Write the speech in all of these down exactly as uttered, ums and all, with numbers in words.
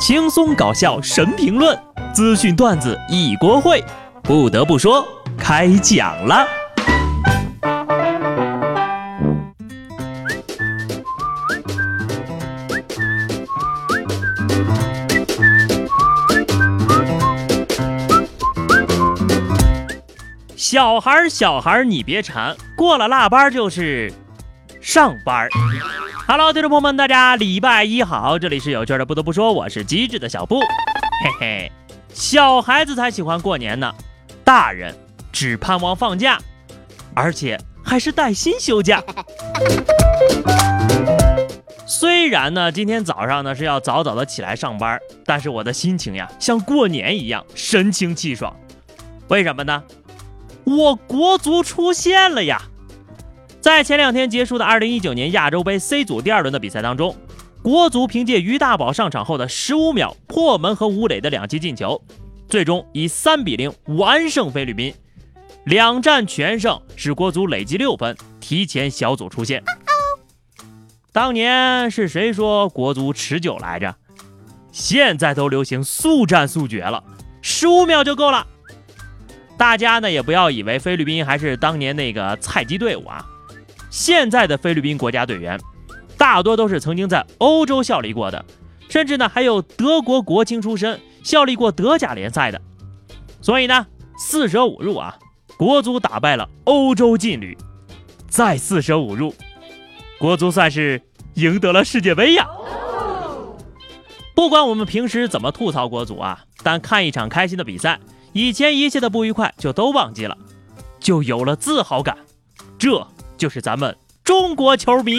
轻松搞笑神评论，资讯段子一锅烩。不得不说，开讲了。小孩小孩你别馋，过了腊八就是上班。Hello， 听众朋友们，大家礼拜一好，这里是有趣的。不得不说，我是机智的小布。嘿嘿，小孩子才喜欢过年呢，大人只盼望放假，而且还是带薪休假。虽然呢，今天早上呢是要早早的起来上班，但是我的心情呀，像过年一样神清气爽。为什么呢？我国足出现了呀！在前两天结束的二零一九年亚洲杯 C 组第二轮的比赛当中，国足凭借于大宝上场后的十五秒破门和吴磊的两记进球，最终以三比零完胜菲律宾，两战全胜，使国足累计六分，提前小组出线。当年是谁说国足持久来着？现在都流行速战速决了，十五秒就够了。大家呢也不要以为菲律宾还是当年那个菜鸡队伍啊，现在的菲律宾国家队员大多都是曾经在欧洲效力过的，甚至呢还有德国国青出身，效力过德甲联赛的。所以呢四舍五入啊，国足打败了欧洲劲旅，再四舍五入，国足算是赢得了世界杯呀。不管我们平时怎么吐槽国足啊，但看一场开心的比赛，以前一切的不愉快就都忘记了，就有了自豪感。这就是咱们中国球迷。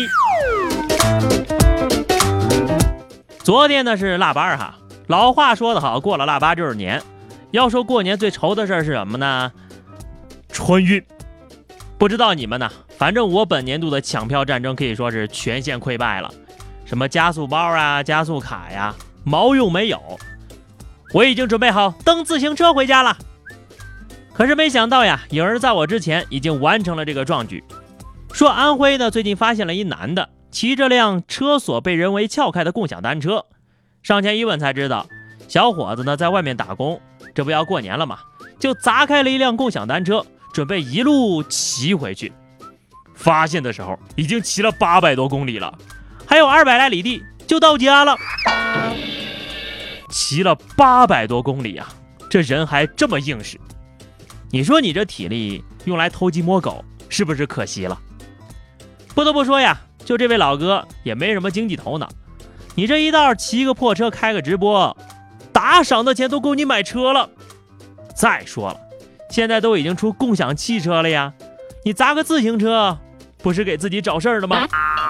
昨天呢是腊八哈，老话说得好，过了腊八就是年。要说过年最愁的事是什么呢？春运。不知道你们呢，反正我本年度的抢票战争可以说是全线溃败了，什么加速包啊、加速卡呀，毛用没有。我已经准备好蹬自行车回家了，可是没想到呀，有人在我之前已经完成了这个壮举。说安徽呢最近发现了一男的骑着辆车锁被人为撬开的共享单车，上前一问才知道，小伙子呢在外面打工，这不要过年了嘛，就砸开了一辆共享单车，准备一路骑回去。发现的时候已经骑了八百多公里了，还有二百来里地就到家了。骑了八百多公里啊，这人还这么硬实，你说你这体力用来偷鸡摸狗是不是可惜了？不得不说呀，就这位老哥也没什么经济头脑，你这一道骑个破车开个直播，打赏的钱都够你买车了。再说了，现在都已经出共享汽车了呀，你砸个自行车不是给自己找事儿了吗？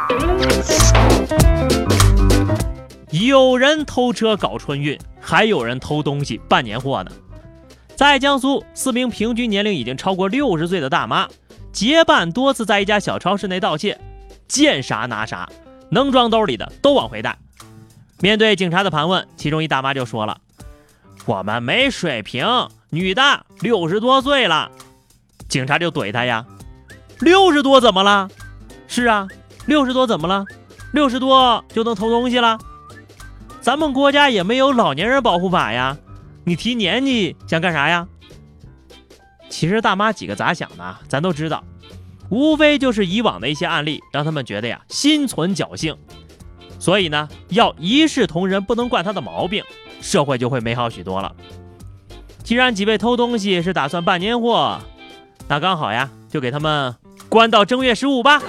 有人偷车搞春运，还有人偷东西办年货呢。在江苏，四名平均年龄已经超过六十岁的大妈结伴多次在一家小超市内盗窃，见啥拿啥，能装兜里的都往回带。面对警察的盘问，其中一大妈就说了：“我们没水平，女的六十多岁了。”警察就怼他呀：“六十多怎么了？”“是啊，六十多怎么了？六十多就能偷东西了？咱们国家也没有老年人保护法呀，你提年纪想干啥呀？”其实大妈几个咋想的咱都知道，无非就是以往的一些案例让他们觉得呀心存侥幸，所以呢要一视同仁，不能惯他的毛病，社会就会美好许多了。既然几位偷东西是打算办年货，那刚好呀，就给他们关到正月十五吧。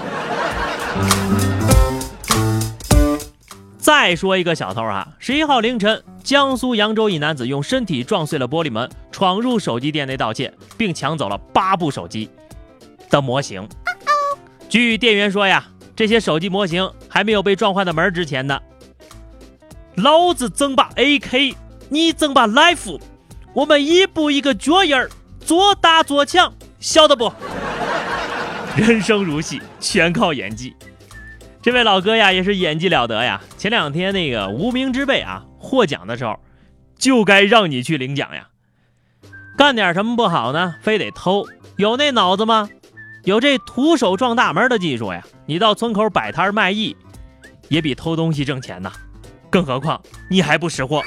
再说一个小偷哈，十一号凌晨，江苏扬州一男子用身体撞碎了玻璃门，闯入手机店内盗窃，并抢走了八部手机的模型。据店员说呀，这些手机模型还没有被撞坏的门值钱呢。老子整把 A K， 你整把 Life， 我们一步一个脚印儿，左打左抢，晓得不？人生如戏，全靠演技。这位老哥呀也是演技了得呀，前两天那个无名之辈啊获奖的时候就该让你去领奖呀。干点什么不好呢，非得偷，有那脑子吗？有这徒手撞大门的技术呀，你到村口摆摊卖艺也比偷东西挣钱呐， 更何况你还不识货。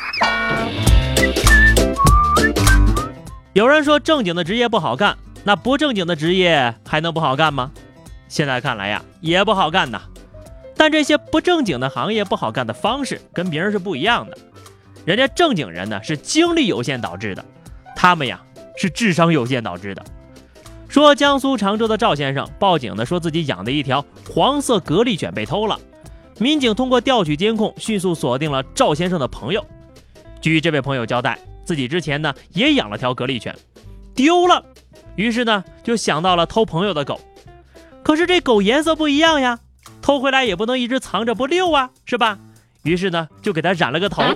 有人说正经的职业不好干，那不正经的职业还能不好干吗？现在看来呀，也不好干呐。但这些不正经的行业不好干的方式跟别人是不一样的。人家正经人呢是精力有限导致的，他们呀是智商有限导致的。说江苏常州的赵先生报警的说自己养的一条黄色格力犬被偷了，民警通过调取监控迅速锁定了赵先生的朋友。据这位朋友交代，自己之前呢也养了条格力犬，丢了，于是呢就想到了偷朋友的狗。可是这狗颜色不一样呀，偷回来也不能一直藏着不溜啊，是吧？于是呢就给他染了个头。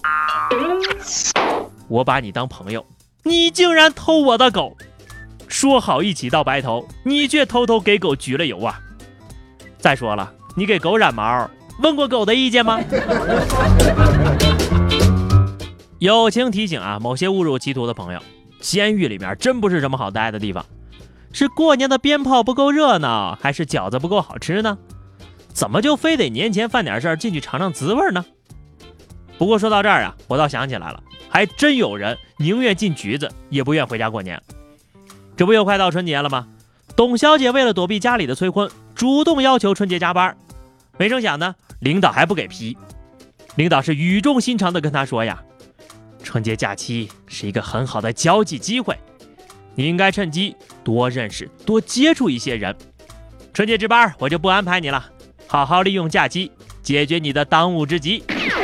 我把你当朋友，你竟然偷我的狗，说好一起到白头，你却偷偷给狗焗了油啊！再说了，你给狗染毛，问过狗的意见吗？友情提醒啊，某些误入歧途的朋友，监狱里面真不是什么好待的地方。是过年的鞭炮不够热闹，还是饺子不够好吃呢？怎么就非得年前犯点事儿进去尝尝滋味呢？不过说到这儿啊，我倒想起来了，还真有人宁愿进局子也不愿回家过年。这不又快到春节了吗？董小姐为了躲避家里的催婚，主动要求春节加班，没成想呢，领导还不给批。领导是语重心长地跟她说呀，春节假期是一个很好的交际机会，你应该趁机多认识多接触一些人，春节值班我就不安排你了，好好利用假期解决你的当务之急。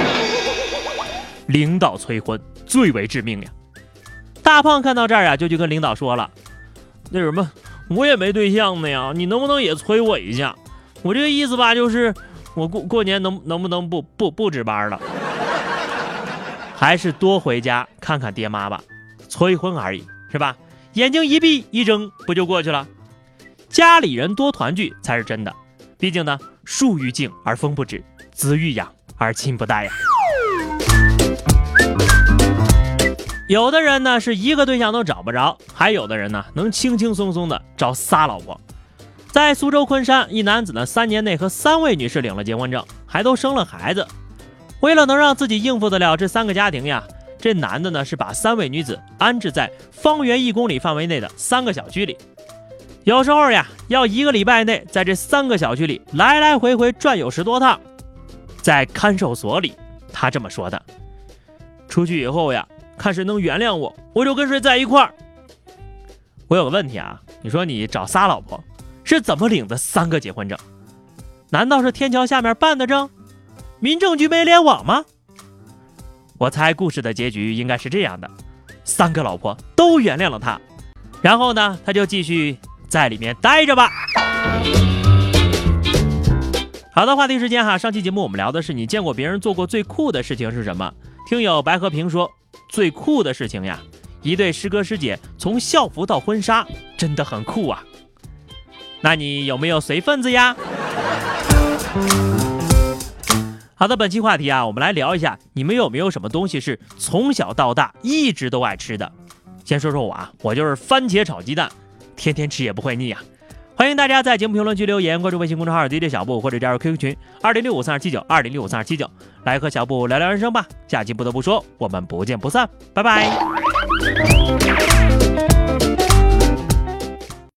领导催婚最为致命呀！大胖看到这儿啊，就去跟领导说了，那什么，我也没对象呢呀，你能不能也催我一下？我这个意思吧，就是我过过年能能不能不不不值班了？还是多回家看看爹妈吧，催婚而已，是吧？眼睛一闭一睁，不就过去了？家里人多团聚才是真的，毕竟呢，树欲静而风不止，子欲养而亲不待呀。有的人呢是一个对象都找不着，还有的人呢能轻轻松松的找仨老婆。在苏州昆山，一男子呢三年内和三位女士领了结婚证，还都生了孩子。为了能让自己应付得了这三个家庭呀，这男的呢是把三位女子安置在方圆一公里范围内的三个小区里。有时候呀，要一个礼拜内在这三个小区里来来回回转悠十多趟。在看守所里，他这么说的：出去以后呀，看谁能原谅我，我就跟谁在一块儿。我有个问题啊，你说你找仨老婆是怎么领的三个结婚证？难道是天桥下面办的证？民政局没联网吗？我猜故事的结局应该是这样的，三个老婆都原谅了他，然后呢，他就继续在里面待着吧。好的，话题时间哈，上期节目我们聊的是你见过别人做过最酷的事情是什么？听友白和平说，最酷的事情呀，一对师哥师姐从校服到婚纱，真的很酷啊。那你有没有随份子呀？好的，本期话题啊，我们来聊一下，你们有没有什么东西是从小到大一直都爱吃的？先说说我啊，我就是番茄炒鸡蛋，天天吃也不会腻啊。欢迎大家在节目评论区留言，关注微信公众号 D J 小布，或者加入 Q Q 群二零六五三二七九二零六五三二七九，来和小布聊聊人生吧。下期不得不说，我们不见不散，拜拜。